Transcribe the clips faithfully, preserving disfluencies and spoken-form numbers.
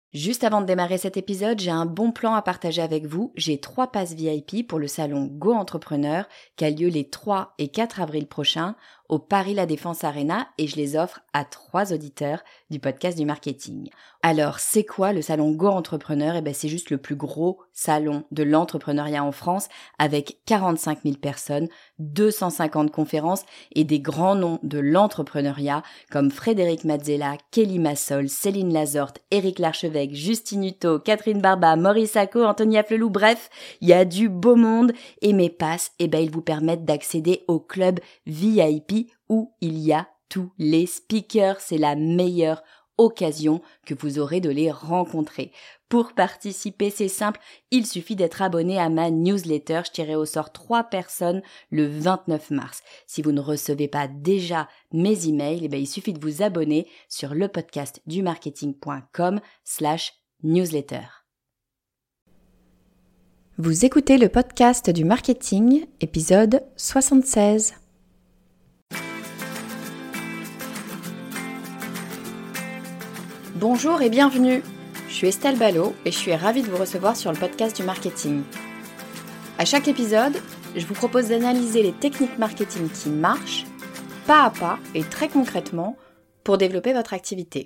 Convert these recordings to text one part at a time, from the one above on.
Juste avant de démarrer cet épisode, j'ai un bon plan à partager avec vous. J'ai trois passes V I P pour le salon Go Entrepreneur qui a lieu les trois et quatre avril prochains au Paris La Défense Arena et je les offre à trois auditeurs du podcast du marketing. Alors, c'est quoi le salon Go Entrepreneur ? Eh ben, c'est juste le plus gros salon de l'entrepreneuriat en France avec quarante-cinq mille personnes, deux cent cinquante conférences et des grands noms de l'entrepreneuriat comme Frédéric Mazzella, Kelly Massol, Céline Lazorte, Éric Larchevêque, Justine Hutto, Catherine Barba, Maurice Sacco, Anthony Afflelou, bref, il y a du beau monde et mes passes, eh ben, ils vous permettent d'accéder au club V I P où il y a tous les speakers. C'est la meilleure occasion que vous aurez de les rencontrer. Pour participer, c'est simple, il suffit d'être abonné à ma newsletter. Je tirerai au sort trois personnes le vingt-neuf mars. Si vous ne recevez pas déjà mes emails, eh bien, il suffit de vous abonner sur lepodcastdumarketing.com slash newsletter. Vous écoutez le podcast du marketing, épisode soixante-seize. Bonjour et bienvenue, je suis Estelle Ballot et je suis ravie de vous recevoir sur le podcast du marketing. À chaque épisode, je vous propose d'analyser les techniques marketing qui marchent, pas à pas et très concrètement, pour développer votre activité.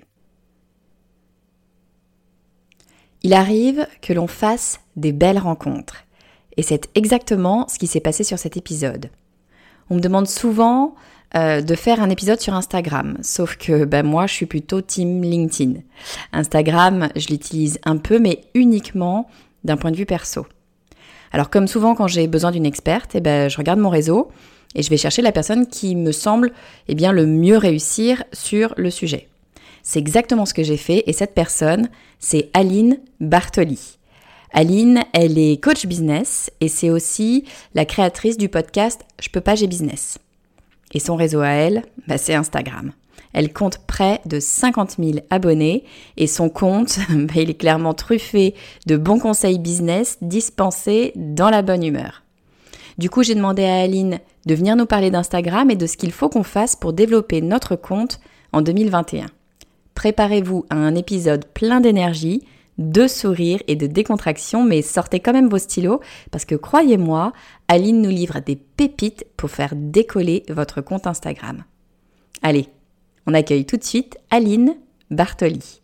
Il arrive que l'on fasse des belles rencontres et c'est exactement ce qui s'est passé sur cet épisode. On me demande souvent Euh, de faire un épisode sur Instagram, sauf que ben, moi je suis plutôt team LinkedIn. Instagram, je l'utilise un peu, mais uniquement d'un point de vue perso. Alors comme souvent quand j'ai besoin d'une experte, eh ben, je regarde mon réseau et je vais chercher la personne qui me semble eh bien, le mieux réussir sur le sujet. C'est exactement ce que j'ai fait et cette personne, c'est Aline Bartoli. Aline, elle est coach business et c'est aussi la créatrice du podcast Je peux pas, j'ai business. Et son réseau à elle, bah c'est Instagram. Elle compte près de cinquante mille abonnés et son compte, bah il est clairement truffé de bons conseils business dispensés dans la bonne humeur. Du coup, j'ai demandé à Aline de venir nous parler d'Instagram et de ce qu'il faut qu'on fasse pour développer notre compte en deux mille vingt et un. Préparez-vous à un épisode plein d'énergie, de sourires et de décontraction, mais sortez quand même vos stylos parce que croyez-moi, Aline nous livre des pépites pour faire décoller votre compte Instagram. Allez, on accueille tout de suite Aline Bartoli.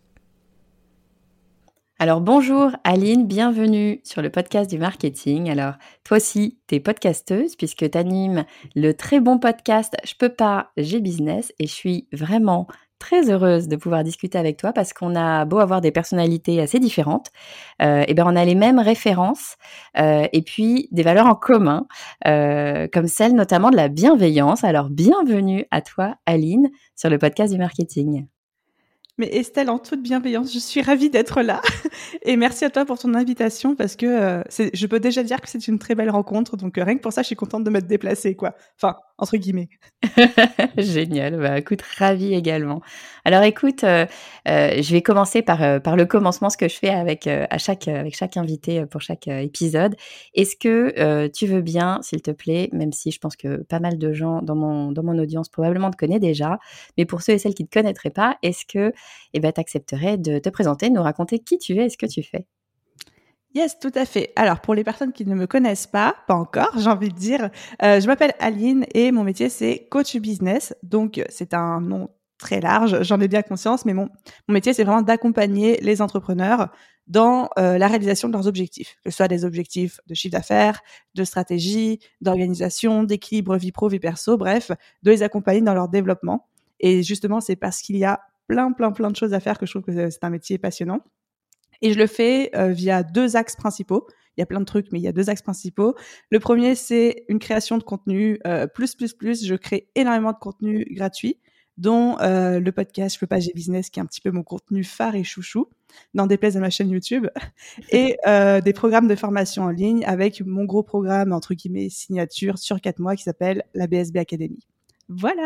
Alors bonjour Aline, bienvenue sur le podcast du marketing. Alors toi aussi, t'es podcasteuse puisque t'animes le très bon podcast Je peux pas, j'ai business et je suis vraiment très heureuse de pouvoir discuter avec toi parce qu'on a beau avoir des personnalités assez différentes, euh, et ben on a les mêmes références euh, et puis des valeurs en commun, euh, comme celle notamment de la bienveillance. Alors bienvenue à toi Aline sur le podcast du marketing. Mais Estelle, en toute bienveillance, je suis ravie d'être là et merci à toi pour ton invitation parce que euh, c'est, je peux déjà dire que c'est une très belle rencontre, donc euh, rien que pour ça, je suis contente de m'être déplacée, quoi. Enfin, entre guillemets. Génial, bah écoute, ravie également. Alors écoute, euh, euh, je vais commencer par, euh, par le commencement, ce que je fais avec, euh, à chaque, euh, avec chaque invité euh, pour chaque euh, épisode. Est-ce que euh, tu veux bien, s'il te plaît, même si je pense que pas mal de gens dans mon, dans mon audience probablement te connaissent déjà, mais pour ceux et celles qui ne te connaîtraient pas, est-ce que eh ben, tu accepterais de te présenter, de nous raconter qui tu es et ce que tu fais ? Yes, tout à fait. Alors, pour les personnes qui ne me connaissent pas, pas encore, j'ai envie de dire, euh, je m'appelle Aline et mon métier, c'est coach business. Donc, c'est un nom très large, j'en ai bien conscience, mais mon, mon métier, c'est vraiment d'accompagner les entrepreneurs dans euh, la réalisation de leurs objectifs, que ce soit des objectifs de chiffre d'affaires, de stratégie, d'organisation, d'équilibre vie pro, vie perso, bref, de les accompagner dans leur développement. Et justement, c'est parce qu'il y a plein, plein, plein de choses à faire que je trouve que c'est un métier passionnant. Et je le fais euh, via deux axes principaux. Il y a plein de trucs, mais il y a deux axes principaux. Le premier, c'est une création de contenu euh, plus, plus, plus. Je crée énormément de contenu gratuit, dont euh, le podcast Je peux pas, j'ai business, qui est un petit peu mon contenu phare et chouchou, n'en déplaise à ma chaîne YouTube, et euh, des programmes de formation en ligne avec mon gros programme, entre guillemets, signature sur quatre mois qui s'appelle la B S B Academy. Voilà.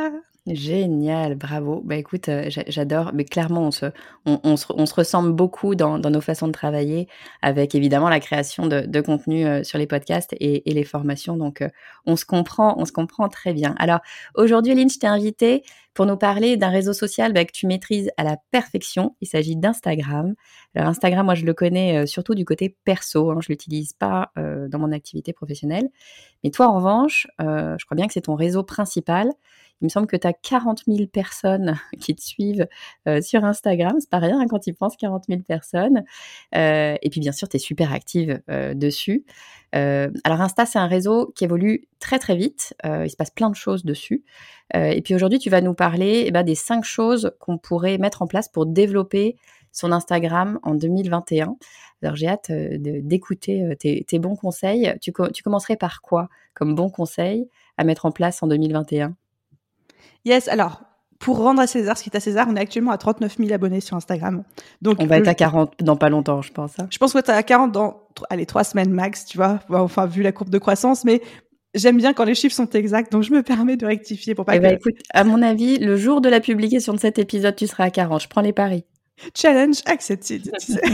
Génial, bravo. Bah, écoute, heu, j'a j'adore, mais clairement on se on on se on se ressemble beaucoup dans dans nos façons de travailler avec évidemment la création de de contenu, heu, sur les podcasts et et les formations donc heu, on se comprend on se comprend très bien. Alors aujourd'hui Aline, je t'ai invitée pour nous parler d'un réseau social, bah, que tu maîtrises à la perfection. Il s'agit d'Instagram. Alors Instagram, moi je le connais, heu, surtout du côté perso, hein, je l'utilise pas, heu, dans mon activité professionnelle. Mais toi en revanche, heu, je crois bien que c'est ton réseau principal. Il me semble que tu as quarante mille personnes qui te suivent, heu, sur Instagram. C'est pas rien, hein, quand tu y penses, quarante mille personnes. Heu et puis bien sûr, tu es super active, heu, dessus. Heu, alors Insta, c'est un réseau qui évolue très, très vite. Heu, il se passe plein de choses dessus. Heu et puis aujourd'hui, tu vas nous parler, eh bah, des cinq choses qu'on pourrait mettre en place pour développer son Instagram en deux mille vingt et un. Alors j'ai hâte, heu, de d'écouter, heu, tes tes bons conseils. Tu co tu commencerais par quoi comme bons conseils à mettre en place en deux mille vingt et un? Yes, alors, pour rendre à César ce qui est à César, on est actuellement à trente-neuf mille abonnés sur Instagram. On Donc, va le être à quarante dans pas longtemps, je pense, hein. je pense que tu es à quarante dans, tr allez, trois semaines max, tu vois? Bah, enfin, vu la courbe de croissance, mais j'aime bien quand les chiffres sont exacts, donc je me permets de rectifier pour pas Eh bah, que écoute, à mon avis, le jour de la publication de cet épisode, tu seras à quarante. Je prends les paris. challenge accepted, tu sais?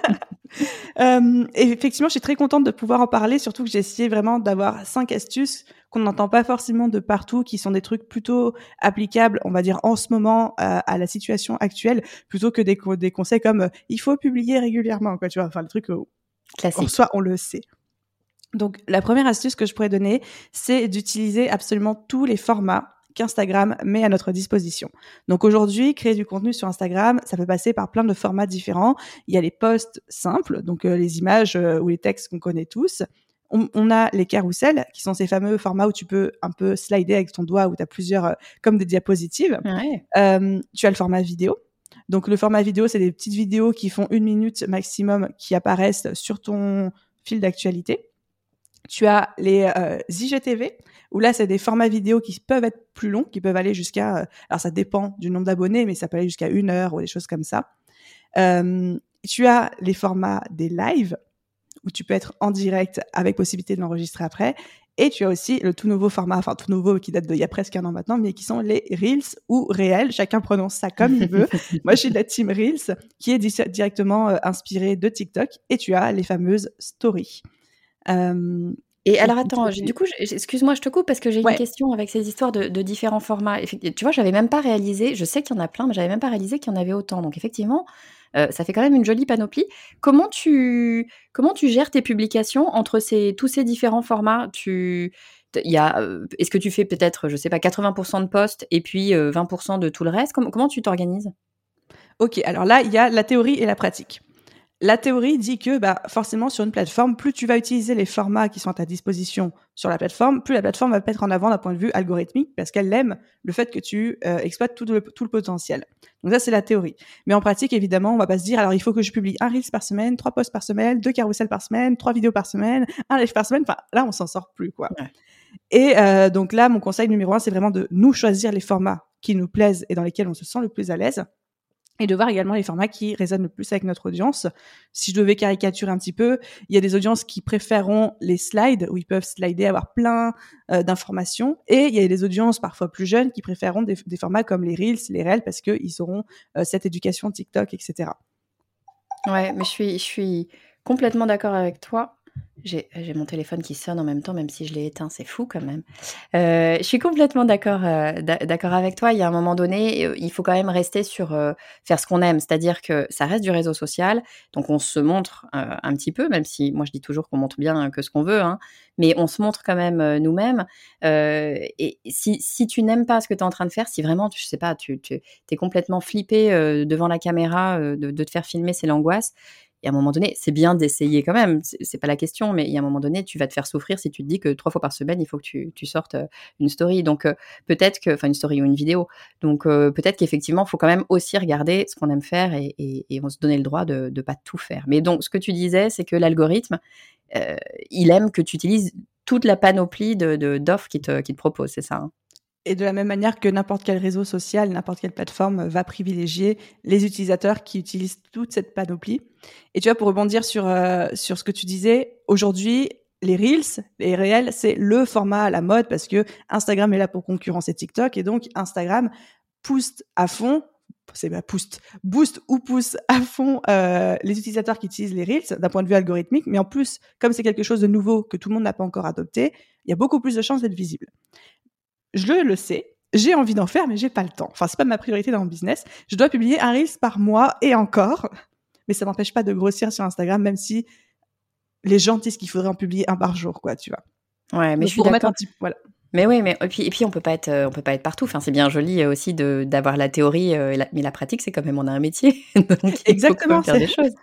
Hem et effectivement, je suis très contente de pouvoir en parler, surtout que j'ai essayé vraiment d'avoir cinq astuces qu'on n'entend pas forcément de partout, qui sont des trucs plutôt applicables, on va dire, en ce moment, à à la situation actuelle, plutôt que des co des conseils comme, heu: «Il faut publier régulièrement», quoi, tu vois? Enfin, le truc, heu, en Classique. soi, on le sait. Donc la première astuce que je pourrais donner, c'est d'utiliser absolument tous les formats qu'Instagram met à notre disposition. Donc aujourd'hui, créer du contenu sur Instagram, ça peut passer par plein de formats différents. Il y a les posts simples, donc euh, les images euh, ou les textes qu'on connaît tous. On, on a les carousels, qui sont ces fameux formats où tu peux un peu slider avec ton doigt, où tu as plusieurs, euh, comme des diapositives. Ouais. Euh, tu as le format vidéo. Donc le format vidéo, c'est des petites vidéos qui font une minute maximum qui apparaissent sur ton fil d'actualité. Tu as les euh, I G T V, où là, c'est des formats vidéo qui peuvent être plus longs, qui peuvent aller jusqu'à... Euh, alors, ça dépend du nombre d'abonnés, mais ça peut aller jusqu'à une heure ou des choses comme ça. Euh, tu as les formats des lives, où tu peux être en direct avec possibilité de l'enregistrer après. Et tu as aussi le tout nouveau format, enfin tout nouveau qui date d'il y a presque un an maintenant, mais qui sont les Reels ou réels. Chacun prononce ça comme il veut. Moi, je suis de la team Reels, qui est di- directement euh, inspirée de TikTok. Et tu as les fameuses stories. Euh, Et et alors qui attends, j'ai du coup, j'ai excuse-moi, je te coupe parce que j'ai une Ouais. question avec ces histoires de de différents formats. Effecti Tu vois, j'avais même pas réalisé, je sais qu'il y en a plein, mais j'avais même pas réalisé qu'il y en avait autant. Donc effectivement, heu, ça fait quand même une jolie panoplie. Comment tu comment tu gères tes publications entre ces tous ces différents formats? Tu t il y a, heu, est-ce que tu fais peut-être, je sais pas, quatre-vingts de posts et puis, heu, vingt de tout le reste? Comment comment tu t'organises? Ok, alors là, il y a la théorie et la pratique. La théorie dit que bah, forcément, sur une plateforme, plus tu vas utiliser les formats qui sont à ta disposition sur la plateforme, plus la plateforme va te mettre en avant d'un point de vue algorithmique parce qu'elle aime le fait que tu euh, exploites tout le, tout le potentiel. Donc ça, c'est la théorie. Mais en pratique, évidemment, on va pas se dire, alors il faut que je publie un Reels par semaine, trois posts par semaine, deux carousels par semaine, trois vidéos par semaine, un live par semaine. Enfin, là, on s'en sort plus, quoi. Ouais. Et euh, donc là, mon conseil numéro un, c'est vraiment de nous choisir les formats qui nous plaisent et dans lesquels on se sent le plus à l'aise et de voir également les formats qui résonnent le plus avec notre audience. Si je devais caricaturer un petit peu, il y a des audiences qui préféreront les slides, où ils peuvent slider, avoir plein euh, d'informations, et il y a des audiences parfois plus jeunes qui préféreront des, des formats comme les Reels, les Reels, parce qu'ils auront euh, cette éducation TikTok, et cetera. Ouais, mais je suis je suis complètement d'accord avec toi. J'ai j'ai mon téléphone qui sonne en même temps, même si je l'ai éteint, c'est fou quand même. Heu, je suis complètement d'accord, heu, d'a d'accord avec toi. Il y a un moment donné, heu, il faut quand même rester sur, heu, faire ce qu'on aime. C'est-à-dire que ça reste du réseau social, donc on se montre, heu, un petit peu, même si moi je dis toujours qu'on montre bien que ce qu'on veut, hein, mais on se montre quand même, heu, nous-mêmes. Heu et si si tu n'aimes pas ce que tu es en train de faire, si vraiment tu je sais pas, tu tu tu es complètement flippé, heu, devant la caméra, heu, de de te faire filmer, c'est l'angoisse. Et à un moment donné, c'est bien d'essayer quand même, c'est c'est pas la question, mais il y a un moment donné, tu vas te faire souffrir si tu te dis que trois fois par semaine, il faut que tu tu sortes, heu, une story. Donc heu, peut-être que enfin une story ou une vidéo. Donc heu, peut-être qu'effectivement, il faut quand même aussi regarder ce qu'on aime faire et et et on se donner le droit de de pas tout faire. Mais donc ce que tu disais, c'est que l'algorithme, heu, il aime que tu utilises toute la panoplie de de d'offres qu'il te qu'il te propose, c'est ça, hein? Et de la même manière que n'importe quel réseau social, n'importe quelle plateforme va privilégier les utilisateurs qui utilisent toute cette panoplie. Et tu vois, pour rebondir sur, euh, sur ce que tu disais, aujourd'hui, les Reels, les réels, c'est le format à la mode parce que Instagram est là pour concurrencer TikTok et donc Instagram pousse à fond, c'est pas pousse, booste ou pousse à fond euh, les utilisateurs qui utilisent les Reels d'un point de vue algorithmique, mais en plus, comme c'est quelque chose de nouveau que tout le monde n'a pas encore adopté, il y a beaucoup plus de chances d'être visible. Je le sais, j'ai envie d'en faire, mais j'ai pas le temps. Enfin, c'est pas ma priorité dans mon business. Je dois publier un Reels par mois et encore, mais ça m'empêche pas de grossir sur Instagram, même si les gens disent qu'il faudrait en publier un par jour, quoi, tu vois. Ouais, mais Donc, je suis pour remettre d'accord. un petit, voilà. Mais oui, mais et puis, et puis on peut pas être, euh, on peut pas être partout. Enfin, c'est bien joli euh, aussi de d'avoir la théorie, euh, et la- mais la pratique, c'est quand même on a un métier, donc il faut quand Exactement. même faire C'est... des choses.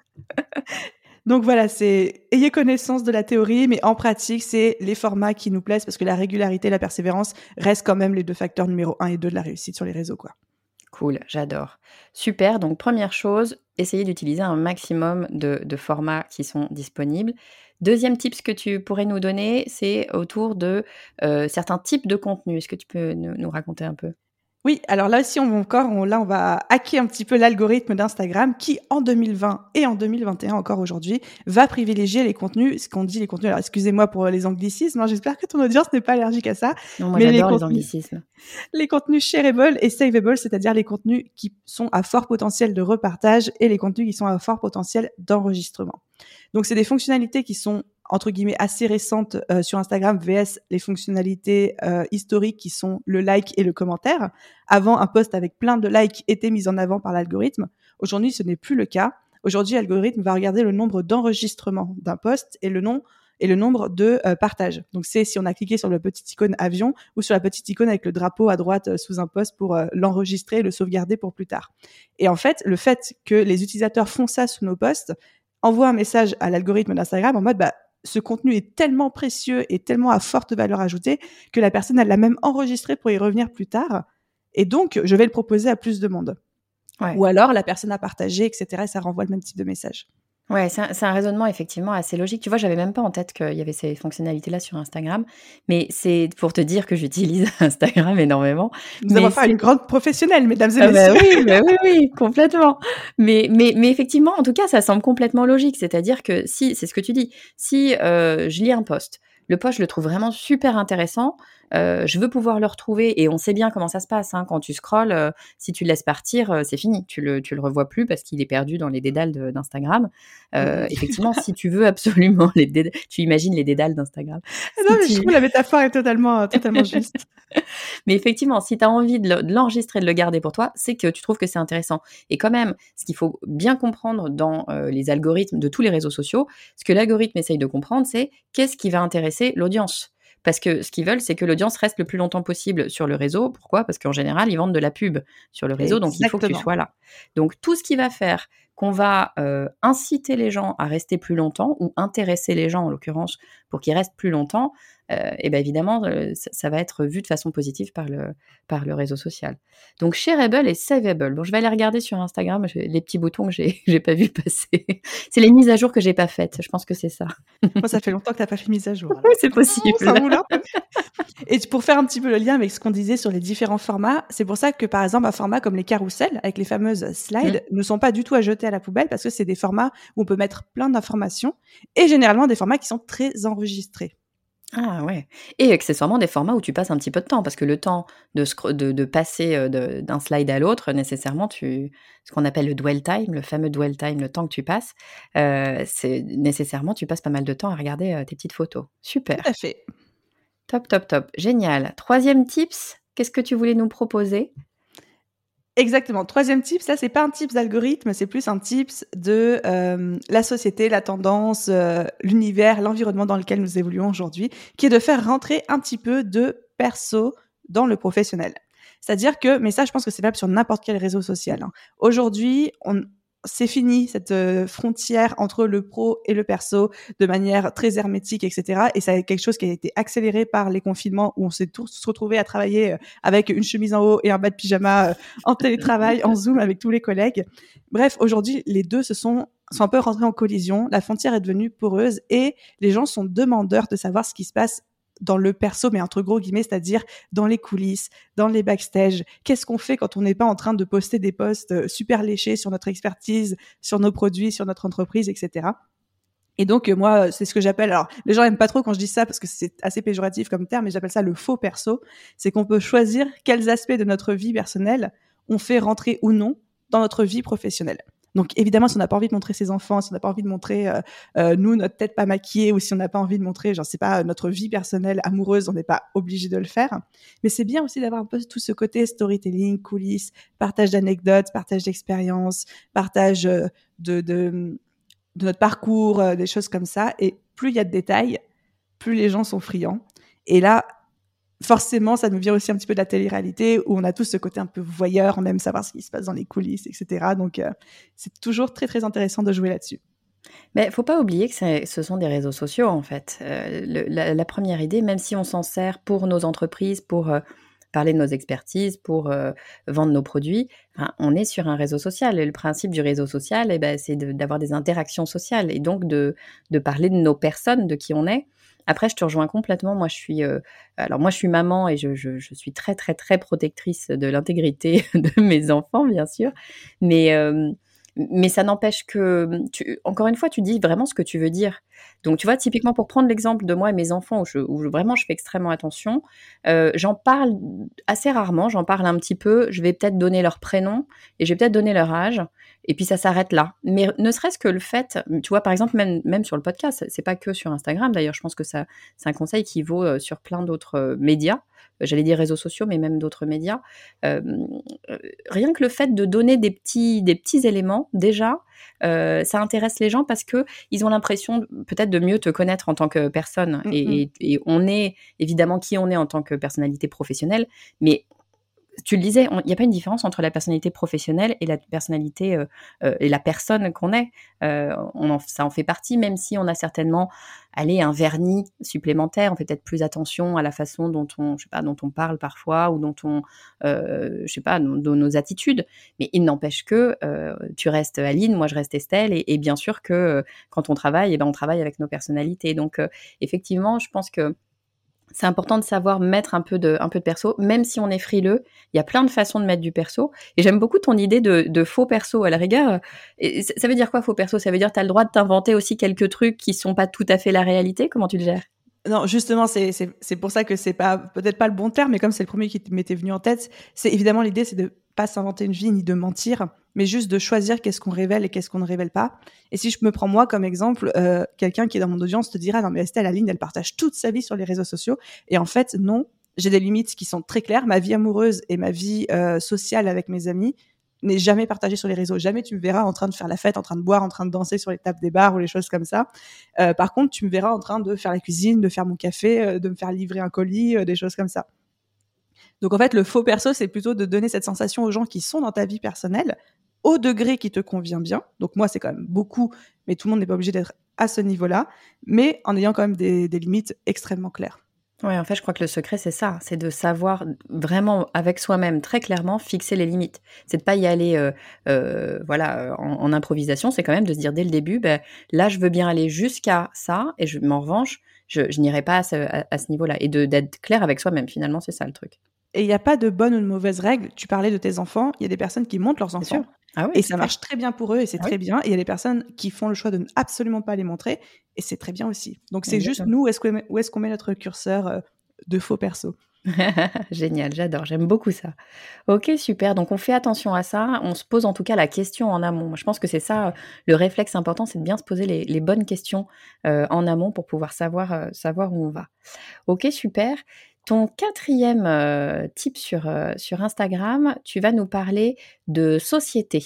Donc voilà, c'est ayez connaissance de la théorie, mais en pratique, c'est les formats qui nous plaisent parce que la régularité et la persévérance restent quand même les deux facteurs numéro un et deux de la réussite sur les réseaux, quoi. Cool, j'adore. Super. Donc première chose, essayez d'utiliser un maximum de, de formats qui sont disponibles. Deuxième tips que tu pourrais nous donner, c'est autour de euh, certains types de contenus. Est-ce que tu peux nous, nous raconter un peu? Oui, alors là aussi, on va encore, on, là, on va hacker un petit peu l'algorithme d'Instagram qui, en deux mille vingt et en deux mille vingt et un encore aujourd'hui, va privilégier les contenus, ce qu'on dit les contenus. Alors, excusez-moi pour les anglicismes, hein, j'espère que ton audience n'est pas allergique à ça. Non, moi mais les j'adore les contenus, anglicismes. les contenus shareable et savable, c'est-à-dire les contenus qui sont à fort potentiel de repartage et les contenus qui sont à fort potentiel d'enregistrement. Donc, c'est des fonctionnalités qui sont entre guillemets assez récentes euh, sur Instagram vs les fonctionnalités euh, historiques qui sont le like et le commentaire. Avant, un post avec plein de likes était mis en avant par l'algorithme. Aujourd'hui, ce n'est plus le cas. Aujourd'hui, l'algorithme va regarder le nombre d'enregistrements d'un post et le nom et le nombre de euh, partages. Donc, c'est si on a cliqué sur le petit icône avion ou sur la petite icône avec le drapeau à droite euh, sous un post pour euh, l'enregistrer et le sauvegarder pour plus tard. Et en fait, le fait que les utilisateurs font ça sous nos posts envoie un message à l'algorithme d'Instagram en mode bah, ce contenu est tellement précieux et tellement à forte valeur ajoutée que la personne, elle l'a même enregistré pour y revenir plus tard. Et donc, je vais le proposer à plus de monde. Ouais. Ou alors, la personne a partagé, et cetera. Et ça renvoie le même type de message. Ouais, c'est un, c'est un raisonnement effectivement assez logique. Tu vois, j'avais même pas en tête qu'il y avait ces fonctionnalités-là sur Instagram, mais c'est pour te dire que j'utilise Instagram énormément. Nous mais avons affaire à c'est... une grande professionnelle, mesdames et Ah bah messieurs. oui, bah oui, oui, complètement. Mais, mais, mais effectivement, en tout cas, ça semble complètement logique. C'est-à-dire que si, c'est ce que tu dis, si euh, je lis un post, le post, je le trouve vraiment super intéressant, euh, je veux pouvoir le retrouver, et on sait bien comment ça se passe, hein, quand tu scrolles, euh, si tu le laisses partir, euh, c'est fini, tu le, tu le revois plus parce qu'il est perdu dans les dédales de, d'Instagram. Euh, effectivement, si tu veux absolument les dédales, tu imagines les dédales d'Instagram. Non, Si mais tu... je trouve la métaphore est totalement, totalement juste. Mais effectivement, si tu as envie de, le, de l'enregistrer, de le garder pour toi, c'est que tu trouves que c'est intéressant. Et quand même, ce qu'il faut bien comprendre dans euh, les algorithmes de tous les réseaux sociaux, ce que l'algorithme essaye de comprendre, c'est qu'est-ce qui va intéresser l'audience. Parce que ce qu'ils veulent, c'est que l'audience reste le plus longtemps possible sur le réseau. Pourquoi ? Parce qu'en général, ils vendent de la pub sur le réseau, donc il faut que tu sois là. Donc tout ce qui va faire qu'on va euh, inciter les gens à rester plus longtemps, ou intéresser les gens en l'occurrence pour qu'ils restent plus longtemps, euh, et bien évidemment, euh, ça, ça va être vu de façon positive par le, par le réseau social. Donc shareable et savable. Bon, je vais aller regarder sur Instagram les petits boutons que j'ai, j'ai pas vu passer. C'est les mises à jour que j'ai pas faites. Je pense que c'est ça. Moi, ça fait longtemps que t'as pas fait mise à jour. Oui, c'est possible. Oh, ça roule un peu. Et pour faire un petit peu le lien avec ce qu'on disait sur les différents formats, c'est pour ça que par exemple un format comme les carousels avec les fameuses slides mmh. ne sont pas du tout à jeter à la poubelle parce que c'est des formats où on peut mettre plein d'informations et généralement des formats qui sont très enregistrés. Ah ouais. Et accessoirement des formats où tu passes un petit peu de temps parce que le temps de, scro- de, de passer de, d'un slide à l'autre, nécessairement, tu, ce qu'on appelle le dwell time, le fameux dwell time, le temps que tu passes, euh, c'est nécessairement, tu passes pas mal de temps à regarder euh, tes petites photos. Super. Tout à fait. Top, top, top. Génial. Troisième tips, qu'est-ce que tu voulais nous proposer ? Exactement. Troisième tips, ça c'est pas un tips d'algorithme, c'est plus un tips de euh, la société, la tendance, euh, l'univers, l'environnement dans lequel nous évoluons aujourd'hui, qui est de faire rentrer un petit peu de perso dans le professionnel. C'est-à-dire que, mais ça je pense que c'est valable sur n'importe quel réseau social. Hein. Aujourd'hui, on c'est fini cette euh, frontière entre le pro et le perso de manière très hermétique, et cetera. Et c'est quelque chose qui a été accéléré par les confinements où on s'est tous retrouvés à travailler avec une chemise en haut et un bas de pyjama euh, en télétravail, en Zoom avec tous les collègues. Bref, aujourd'hui, les deux se sont, sont un peu rentrés en collision. La frontière est devenue poreuse et les gens sont demandeurs de savoir ce qui se passe dans le perso, mais entre gros guillemets, c'est-à-dire dans les coulisses, dans les backstage. Qu'est-ce qu'on fait quand on n'est pas en train de poster des posts super léchés sur notre expertise, sur nos produits, sur notre entreprise, et cetera. Et donc, euh, moi, c'est ce que j'appelle... Alors, les gens aiment pas trop quand je dis ça parce que c'est assez péjoratif comme terme, mais j'appelle ça le faux perso. C'est qu'on peut choisir quels aspects de notre vie personnelle on fait rentrer ou non dans notre vie professionnelle. Donc, évidemment, si on n'a pas envie de montrer ses enfants, si on n'a pas envie de montrer, euh, euh, nous, notre tête pas maquillée, ou si on n'a pas envie de montrer, genre, c'est pas notre vie personnelle amoureuse, on n'est pas obligé de le faire. Mais c'est bien aussi d'avoir un peu tout ce côté storytelling, coulisses, partage d'anecdotes, partage d'expériences, partage euh, de... de de notre parcours, euh, des choses comme ça. Et plus il y a de détails, plus les gens sont friands. Et là, forcément, ça nous vient aussi un petit peu de la télé-réalité où on a tous ce côté un peu voyeur, on aime savoir ce qui se passe dans les coulisses, et cetera. Donc, euh, c'est toujours très, très intéressant de jouer là-dessus. Mais il ne faut pas oublier que c'est, ce sont des réseaux sociaux, en fait. Euh, le, la, la première idée, même si on s'en sert pour nos entreprises, pour... Euh, parler de nos expertises, pour euh, vendre nos produits, enfin, on est sur un réseau social. Et le principe du réseau social, eh ben, c'est de, d'avoir des interactions sociales et donc de, de parler de nos personnes, de qui on est. Après, je te rejoins complètement. Moi, je suis, euh, alors moi, je suis maman et je, je, je suis très, très, très protectrice de l'intégrité de mes enfants, bien sûr. Mais... Euh, Mais ça n'empêche que, tu, encore une fois, tu dis vraiment ce que tu veux dire. Donc, tu vois, typiquement, pour prendre l'exemple de moi et mes enfants, où, je, où vraiment je fais extrêmement attention, euh, j'en parle assez rarement, j'en parle un petit peu, je vais peut-être donner leur prénom et je vais peut-être donner leur âge, et puis ça s'arrête là. Mais ne serait-ce que le fait, tu vois, par exemple, même, même sur le podcast, c'est pas que sur Instagram, d'ailleurs, je pense que ça, c'est un conseil qui vaut sur plein d'autres médias, j'allais dire réseaux sociaux, mais même d'autres médias. Euh, rien que le fait de donner des petits, des petits éléments, déjà, euh, ça intéresse les gens parce qu'ils ont l'impression peut-être de mieux te connaître en tant que personne. Mm-hmm. Et, et, et on est évidemment qui on est en tant que personnalité professionnelle, mais tu le disais, il n'y a pas une différence entre la personnalité professionnelle et la personnalité euh, euh, et la personne qu'on est. Euh, on en, ça en fait partie, même si on a certainement, allez, un vernis supplémentaire. On fait peut-être plus attention à la façon dont on, je sais pas, dont on parle parfois ou dont on, euh, je sais pas, de nos attitudes. Mais il n'empêche que euh, tu restes Aline, moi je reste Estelle, et, et bien sûr que euh, quand on travaille, eh ben on travaille avec nos personnalités. Donc euh, effectivement, je pense que c'est important de savoir mettre un peu de, un peu de perso, même si on est frileux. Il y a plein de façons de mettre du perso. Et j'aime beaucoup ton idée de, de faux perso. À la rigueur, et ça veut dire quoi faux perso ? Ça veut dire que tu as le droit de t'inventer aussi quelques trucs qui sont pas tout à fait la réalité. Comment tu le gères ? Non, justement, c'est, c'est, c'est pour ça que c'est pas, peut-être pas le bon terme, mais comme c'est le premier qui m'était venu en tête, c'est évidemment l'idée, c'est de pas s'inventer une vie ni de mentir, mais juste de choisir qu'est-ce qu'on révèle et qu'est-ce qu'on ne révèle pas. Et si je me prends moi comme exemple, euh, quelqu'un qui est dans mon audience te dira, non mais Estelle, Aline, elle partage toute sa vie sur les réseaux sociaux. Et en fait, non, j'ai des limites qui sont très claires. Ma vie amoureuse et ma vie euh, sociale avec mes amis n'est jamais partagée sur les réseaux. Jamais tu me verras en train de faire la fête, en train de boire, en train de danser sur les tables des bars ou les choses comme ça. Euh, par contre, tu me verras en train de faire la cuisine, de faire mon café, euh, de me faire livrer un colis, euh, des choses comme ça. Donc en fait, le faux perso, c'est plutôt de donner cette sensation aux gens qui sont dans ta vie personnelle, au degré qui te convient bien. Donc moi, c'est quand même beaucoup, mais tout le monde n'est pas obligé d'être à ce niveau-là, mais en ayant quand même des, des limites extrêmement claires. Ouais, en fait, je crois que le secret, c'est ça, c'est de savoir vraiment, avec soi-même, très clairement, fixer les limites. C'est de pas y aller, euh, euh, voilà, en, en improvisation, c'est quand même de se dire dès le début, ben, là, je veux bien aller jusqu'à ça, et je, mais en revanche, je, je n'irai pas à ce, à, à ce niveau-là. Et de, d'être clair avec soi-même, finalement, c'est ça le truc. Et il n'y a pas de bonne ou de mauvaise règle. Tu parlais de tes enfants, il y a des personnes qui montrent leurs enfants. Ah oui, et ça marche très bien pour eux et c'est ah très oui. bien. Et il y a des personnes qui font le choix de absolument pas les montrer et c'est très bien aussi. Donc c'est Exactement. Juste nous, où est-ce qu'on met, où est-ce qu'on met notre curseur de faux perso. Génial, j'adore, j'aime beaucoup ça. Ok, super, donc on fait attention à ça, on se pose en tout cas la question en amont. Je pense que c'est ça, le réflexe important, c'est de bien se poser les, les bonnes questions euh, en amont pour pouvoir savoir, euh, savoir où on va. Ok, super. Ton quatrième euh, tip sur, euh, sur Instagram, tu vas nous parler de société.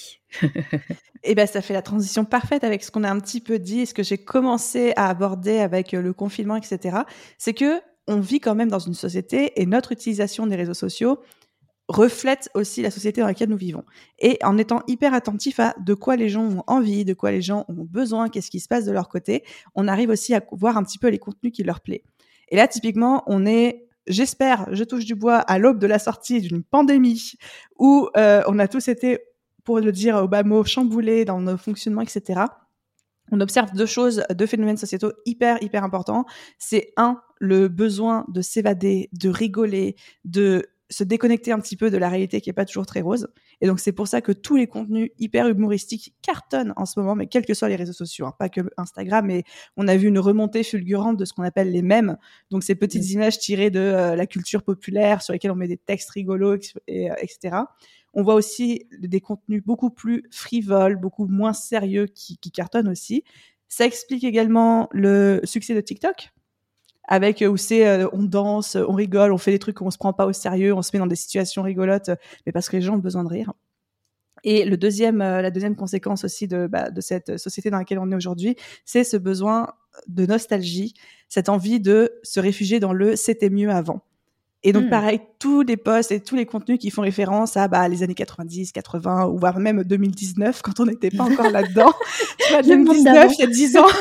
Eh bien, ça fait la transition parfaite avec ce qu'on a un petit peu dit et ce que j'ai commencé à aborder avec le confinement, et cetera. C'est que on vit quand même dans une société et notre utilisation des réseaux sociaux reflète aussi la société dans laquelle nous vivons. Et en étant hyper attentif à de quoi les gens ont envie, de quoi les gens ont besoin, qu'est-ce qui se passe de leur côté, on arrive aussi à voir un petit peu les contenus qui leur plaisent. Et là, typiquement, on est... J'espère, je touche du bois, à l'aube de la sortie d'une pandémie où euh, on a tous été, pour le dire au bas mot, chamboulés dans nos fonctionnements, et cetera. On observe deux choses, deux phénomènes sociétaux hyper, hyper importants. C'est un, le besoin de s'évader, de rigoler, de se déconnecter un petit peu de la réalité qui est pas toujours très rose. Et donc, c'est pour ça que tous les contenus hyper humoristiques cartonnent en ce moment, mais quels que soient les réseaux sociaux, hein, pas que Instagram, mais on a vu une remontée fulgurante de ce qu'on appelle les mèmes. Donc, ces petites mmh. images tirées de euh, la culture populaire sur lesquelles on met des textes rigolos, et, et, etc. On voit aussi des contenus beaucoup plus frivoles, beaucoup moins sérieux qui, qui cartonnent aussi. Ça explique également le succès de TikTok, avec où c'est euh, on danse, on rigole, on fait des trucs où on se prend pas au sérieux, on se met dans des situations rigolotes, mais parce que les gens ont besoin de rire. Et le deuxième, euh, la deuxième conséquence aussi de, bah, de cette société dans laquelle on est aujourd'hui, c'est ce besoin de nostalgie, cette envie de se réfugier dans le « c'était mieux avant ». Et donc, mmh. pareil, tous les posts et tous les contenus qui font référence à bah, les années quatre-vingt-dix, quatre-vingts, ou voire même deux mille dix-neuf, quand on n'était pas encore là-dedans. Tu vois, deux mille dix-neuf, il y a dix ans.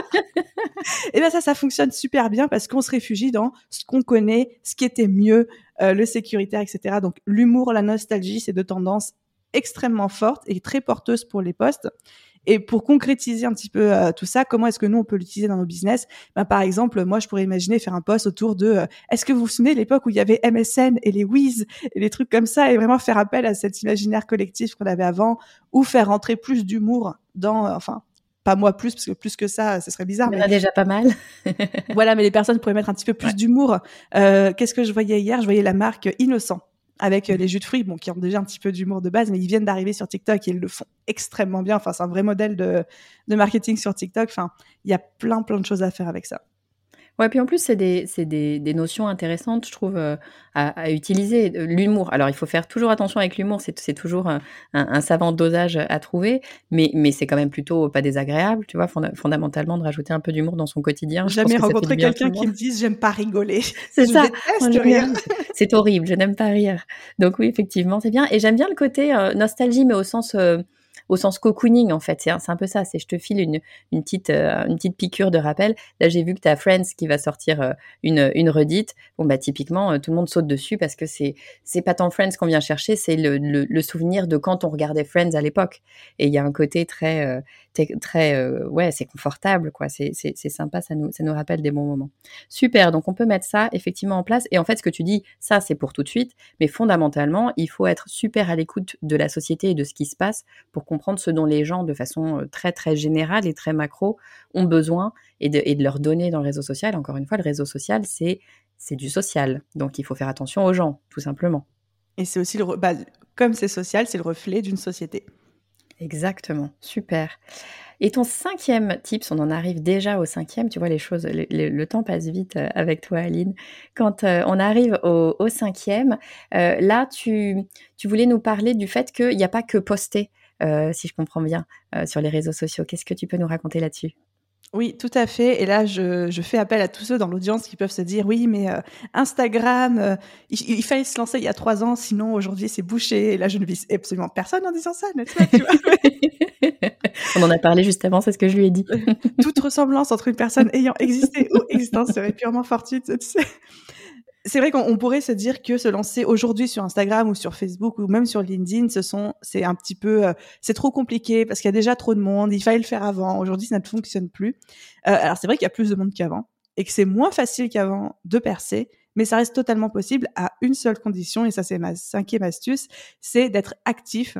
Et bien ça, ça fonctionne super bien parce qu'on se réfugie dans ce qu'on connaît, ce qui était mieux, euh, le sécuritaire, et cetera. Donc, l'humour, la nostalgie, c'est deux tendances extrêmement fortes et très porteuses pour les posts. Et pour concrétiser un petit peu euh, tout ça, comment est-ce que nous, on peut l'utiliser dans nos business ? Ben, par exemple, moi, je pourrais imaginer faire un post autour de euh, est-ce que vous vous souvenez de l'époque où il y avait M S N et les Wiz et les trucs comme ça, et vraiment faire appel à cet imaginaire collectif qu'on avait avant, ou faire rentrer plus d'humour dans... Euh, enfin, pas moi plus, parce que plus que ça, ce serait bizarre. Il y en a déjà pas mal. Voilà, mais les personnes pourraient mettre un petit peu plus ouais. d'humour. Euh, qu'est-ce que je voyais hier ? Je voyais la marque Innocent, avec les jus de fruits, bon, qui ont déjà un petit peu d'humour de base, mais ils viennent d'arriver sur TikTok et ils le font extrêmement bien. Enfin, c'est un vrai modèle de, de marketing sur TikTok. Enfin, il y a plein, plein de choses à faire avec ça. Ouais, puis en plus, c'est des, c'est des, des notions intéressantes, je trouve, euh, à, à utiliser. L'humour, alors il faut faire toujours attention avec l'humour, c'est, c'est toujours un, un, un savant dosage à trouver, mais, mais c'est quand même plutôt pas désagréable, tu vois, fonda- fondamentalement, de rajouter un peu d'humour dans son quotidien. J'ai jamais rencontré quelqu'un qui me dise « j'aime pas rigoler ». C'est je ça. déteste rire. C'est horrible, je n'aime pas rire. Donc oui, effectivement, c'est bien. Et j'aime bien le côté euh, nostalgie, mais au sens... Euh, au sens cocooning, en fait. C'est un, c'est un peu ça. C'est je te file une, une, petite, euh, une petite piqûre de rappel. Là, j'ai vu que tu as Friends qui va sortir euh, une, une redite. Bon, bah, typiquement, euh, tout le monde saute dessus parce que c'est, c'est pas tant Friends qu'on vient chercher, c'est le, le, le souvenir de quand on regardait Friends à l'époque. Et il y a un côté très, euh, très, très euh, ouais, c'est confortable, quoi. C'est, c'est, c'est sympa, ça nous, ça nous rappelle des bons moments. Super. Donc, on peut mettre ça effectivement en place. Et en fait, ce que tu dis, ça, c'est pour tout de suite. Mais fondamentalement, il faut être super à l'écoute de la société et de ce qui se passe pour comprendre ce dont les gens, de façon très, très générale et très macro, ont besoin et de, et de leur donner dans le réseau social. Encore une fois, le réseau social, c'est, c'est du social. Donc, il faut faire attention aux gens, tout simplement. Et c'est aussi, le, bah, comme c'est social, c'est le reflet d'une société. Exactement. Super. Et ton cinquième tips, on en arrive déjà au cinquième, tu vois, les choses, le, le, le temps passe vite avec toi, Aline. Quand euh, on arrive au, au cinquième, euh, là, tu, tu voulais nous parler du fait qu'il n'y a pas que poster, euh, si je comprends bien, euh, sur les réseaux sociaux. Qu'est-ce que tu peux nous raconter là-dessus ? Oui, tout à fait. Et là, je, je fais appel à tous ceux dans l'audience qui peuvent se dire, oui, mais euh, Instagram, euh, il, il fallait se lancer il y a trois ans, sinon aujourd'hui c'est bouché. Et là, je ne vise absolument personne en disant ça, n'est-ce pas, tu vois. On en a parlé juste avant, c'est ce que je lui ai dit. Toute ressemblance entre une personne ayant existé ou existant serait purement fortuite, tu sais. C'est vrai qu'on pourrait se dire que se lancer aujourd'hui sur Instagram ou sur Facebook ou même sur LinkedIn, ce sont, c'est un petit peu, euh, c'est trop compliqué parce qu'il y a déjà trop de monde, il fallait le faire avant, aujourd'hui ça ne fonctionne plus. Euh, alors c'est vrai qu'il y a plus de monde qu'avant et que c'est moins facile qu'avant de percer, mais ça reste totalement possible à une seule condition, et ça c'est ma cinquième astuce, c'est d'être actif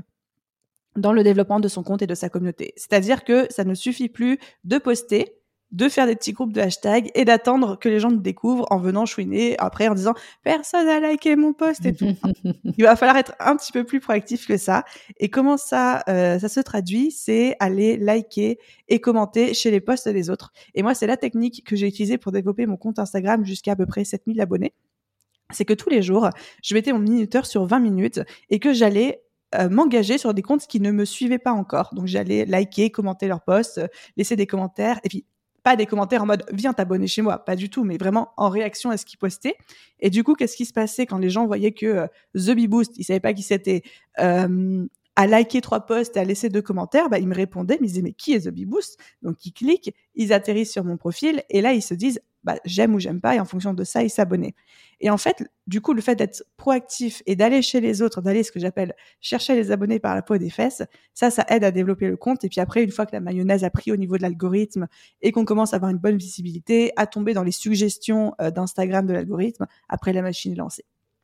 dans le développement de son compte et de sa communauté. C'est-à-dire que ça ne suffit plus de poster, de faire des petits groupes de hashtags et d'attendre que les gens te découvrent en venant chouiner après en disant « personne n'a liké mon post » et tout. Il va falloir être un petit peu plus proactif que ça. Et comment ça, euh, ça se traduit ? C'est aller liker et commenter chez les posts des autres. Et moi, c'est la technique que j'ai utilisée pour développer mon compte Instagram jusqu'à à peu près sept mille abonnés. C'est que tous les jours, je mettais mon minuteur sur vingt minutes et que j'allais Euh, m'engager sur des comptes qui ne me suivaient pas encore. Donc, j'allais liker, commenter leurs posts, euh, laisser des commentaires, et puis pas des commentaires en mode « viens t'abonner chez moi », pas du tout, mais vraiment en réaction à ce qu'ils postaient. Et du coup, qu'est-ce qui se passait quand les gens voyaient que euh, The Bee Boost, ils savaient pas qui c'était, euh, à liker trois posts et à laisser deux commentaires, bah, ils me répondaient, mais ils disaient « mais qui est The Bee Boost ?» Donc, ils cliquent, ils atterrissent sur mon profil, et là, ils se disent bah, « j'aime ou j'aime pas », et en fonction de ça, ils s'abonnaient. Et en fait, du coup, le fait d'être proactif et d'aller chez les autres, d'aller ce que j'appelle chercher les abonnés par la peau des fesses, ça, ça aide à développer le compte. Et puis après, une fois que la mayonnaise a pris au niveau de l'algorithme et qu'on commence à avoir une bonne visibilité, à tomber dans les suggestions euh, d'Instagram de l'algorithme, après la machine est lancée.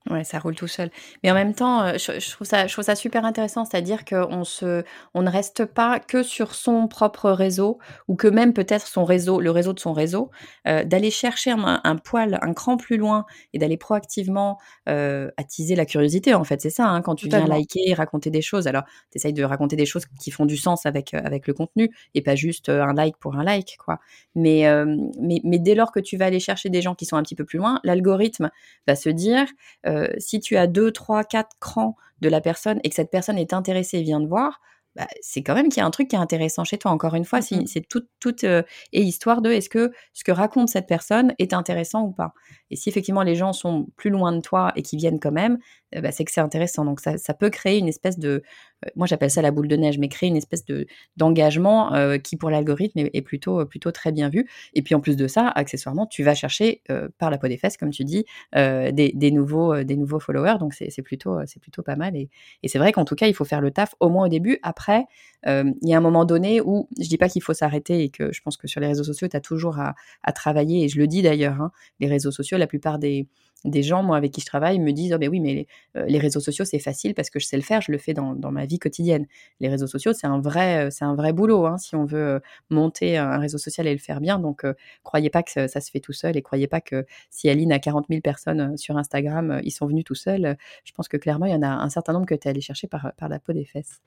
Ouais, ça roule tout seul. Mais en même temps, euh, je, je trouve ça, je trouve ça super intéressant, c'est-à-dire qu'on se, on ne reste pas que sur son propre réseau, ou que même peut-être son réseau, le réseau de son réseau, euh, d'aller chercher un, un poil, un cran plus loin et d'aller proactivement euh, attiser la curiosité, en fait. C'est ça, hein, quand tu viens Totalement. liker, raconter des choses. Alors, tu essayes de raconter des choses qui font du sens avec, euh, avec le contenu et pas juste euh, un like pour un like, quoi. Mais, euh, mais, mais dès lors que tu vas aller chercher des gens qui sont un petit peu plus loin, l'algorithme va se dire... Euh, Euh, si tu as deux, trois, quatre crans de la personne et que cette personne est intéressée et vient te voir, bah, c'est quand même qu'il y a un truc qui est intéressant chez toi. Encore une fois, Mm-hmm. c'est, c'est tout, tout euh, et histoire de est-ce que ce que raconte cette personne est intéressant ou pas. Et si effectivement les gens sont plus loin de toi et qui viennent quand même, euh, bah, c'est que c'est intéressant. Donc ça, ça peut créer une espèce de, euh, moi j'appelle ça la boule de neige, mais créer une espèce de d'engagement euh, qui pour l'algorithme est, est plutôt plutôt très bien vu. Et puis en plus de ça, accessoirement, tu vas chercher euh, par la peau des fesses, comme tu dis, euh, des, des nouveaux euh, des nouveaux followers. Donc c'est, c'est plutôt c'est plutôt pas mal. Et, et c'est vrai qu'en tout cas, il faut faire le taf au moins au début. Après, euh, il y a un moment donné où je dis pas qu'il faut s'arrêter et que je pense que sur les réseaux sociaux, tu as toujours à, à travailler. Et je le dis d'ailleurs, hein, les réseaux sociaux, la plupart des, des gens, moi, avec qui je travaille, me disent « Oh, ben oui, mais les, euh, les réseaux sociaux, c'est facile parce que je sais le faire, je le fais dans, dans ma vie quotidienne. » Les réseaux sociaux, c'est un vrai, c'est un vrai boulot, hein, si on veut monter un réseau social et le faire bien. Donc, euh, croyez pas que ça, ça se fait tout seul et croyez pas que si Aline a quarante mille personnes sur Instagram, ils sont venus tout seuls. Je pense que clairement, il y en a un certain nombre que tu es allé chercher par, par la peau des fesses.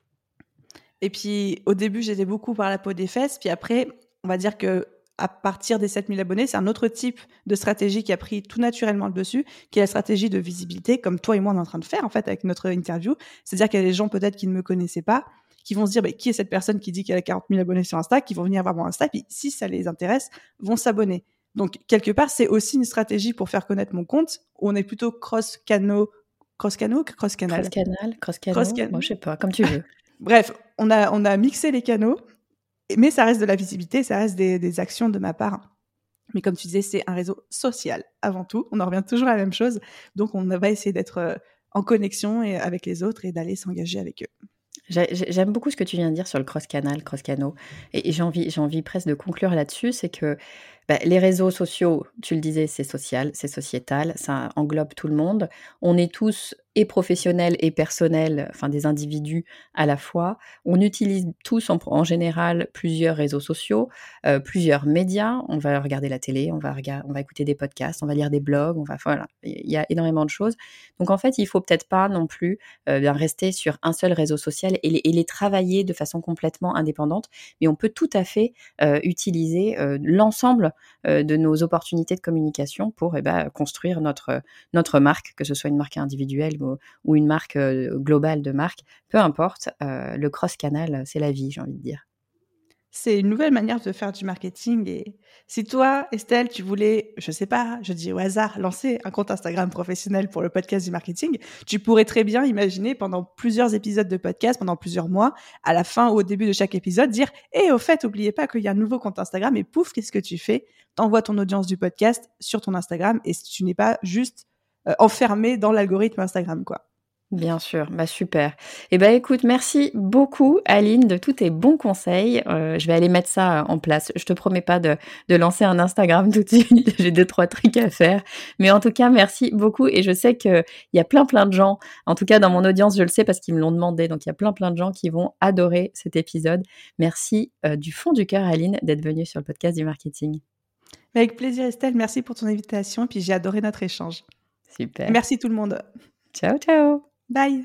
Et puis, au début, j'étais beaucoup par la peau des fesses. Puis après, on va dire que à partir des sept mille abonnés, c'est un autre type de stratégie qui a pris tout naturellement le dessus, qui est la stratégie de visibilité, comme toi et moi, on est en train de faire, en fait, avec notre interview. C'est-à-dire qu'il y a des gens, peut-être, qui ne me connaissaient pas, qui vont se dire, bah, qui est cette personne qui dit qu'elle a quarante mille abonnés sur Insta, qui vont venir voir mon Insta, puis si ça les intéresse, vont s'abonner. Donc, quelque part, c'est aussi une stratégie pour faire connaître mon compte, où on est plutôt cross-cano, cross-cano, cross-canal. Cross-canal, cross-cano, Cross-canal. moi, je sais pas, comme tu veux. Bref, on a, on a mixé les canaux, mais ça reste de la visibilité, ça reste des, des actions de ma part. Mais comme tu disais, c'est un réseau social avant tout. On en revient toujours à la même chose. Donc, on va essayer d'être en connexion et, avec les autres et d'aller s'engager avec eux. J'aime beaucoup ce que tu viens de dire sur le cross-canal, cross-cano. Et, et j'ai envie, j'ai envie presque de conclure là-dessus, c'est que bah, les réseaux sociaux, tu le disais, c'est social, c'est sociétal, ça englobe tout le monde. On est tous et professionnels et personnels, enfin des individus à la fois. On utilise tous en, en général plusieurs réseaux sociaux, euh, plusieurs médias. On va regarder la télé, on va, regarder, on va écouter des podcasts, on va lire des blogs, on va, voilà, il y a énormément de choses. Donc en fait, il faut peut-être pas non plus euh, bien rester sur un seul réseau social et les, et les travailler de façon complètement indépendante, mais on peut tout à fait euh, utiliser euh, l'ensemble euh, de nos opportunités de communication pour eh ben, construire notre, notre marque, que ce soit une marque individuelle ou, ou une marque euh, globale de marque, peu importe, euh, le cross-canal, c'est la vie, j'ai envie de dire. C'est une nouvelle manière de faire du marketing. Et si toi, Estelle, tu voulais, je sais pas, je dis au hasard, lancer un compte Instagram professionnel pour le podcast du marketing, tu pourrais très bien imaginer pendant plusieurs épisodes de podcast, pendant plusieurs mois, à la fin ou au début de chaque épisode, dire « Eh, au fait, oubliez pas qu'il y a un nouveau compte Instagram. » Et pouf, qu'est-ce que tu fais? T'envoies ton audience du podcast sur ton Instagram et tu n'es pas juste euh, enfermé dans l'algorithme Instagram, quoi. Bien sûr, bah super. Eh ben écoute, merci beaucoup Aline de tous tes bons conseils. Euh, je vais aller mettre ça en place. Je te promets pas de, de lancer un Instagram tout de suite. J'ai deux trois trucs à faire, mais en tout cas merci beaucoup. Et je sais que il y a plein plein de gens, en tout cas dans mon audience, je le sais parce qu'ils me l'ont demandé. Donc il y a plein plein de gens qui vont adorer cet épisode. Merci euh, du fond du cœur Aline d'être venue sur le podcast du marketing. Avec plaisir Estelle, merci pour ton invitation. Puis j'ai adoré notre échange. Super. Merci tout le monde. Ciao ciao. Bye.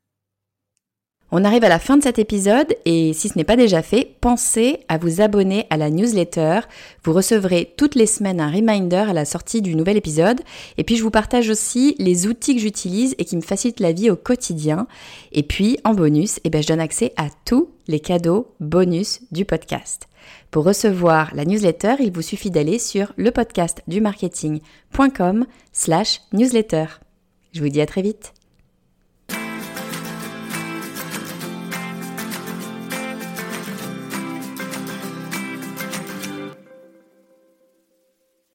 On arrive à la fin de cet épisode et si ce n'est pas déjà fait, pensez à vous abonner à la newsletter. Vous recevrez toutes les semaines un reminder à la sortie du nouvel épisode. Et puis je vous partage aussi les outils que j'utilise et qui me facilitent la vie au quotidien. Et puis en bonus, eh ben, je donne accès à tous les cadeaux bonus du podcast. Pour recevoir la newsletter, il vous suffit d'aller sur lepodcastdumarketing point com slash newsletter. Je vous dis à très vite.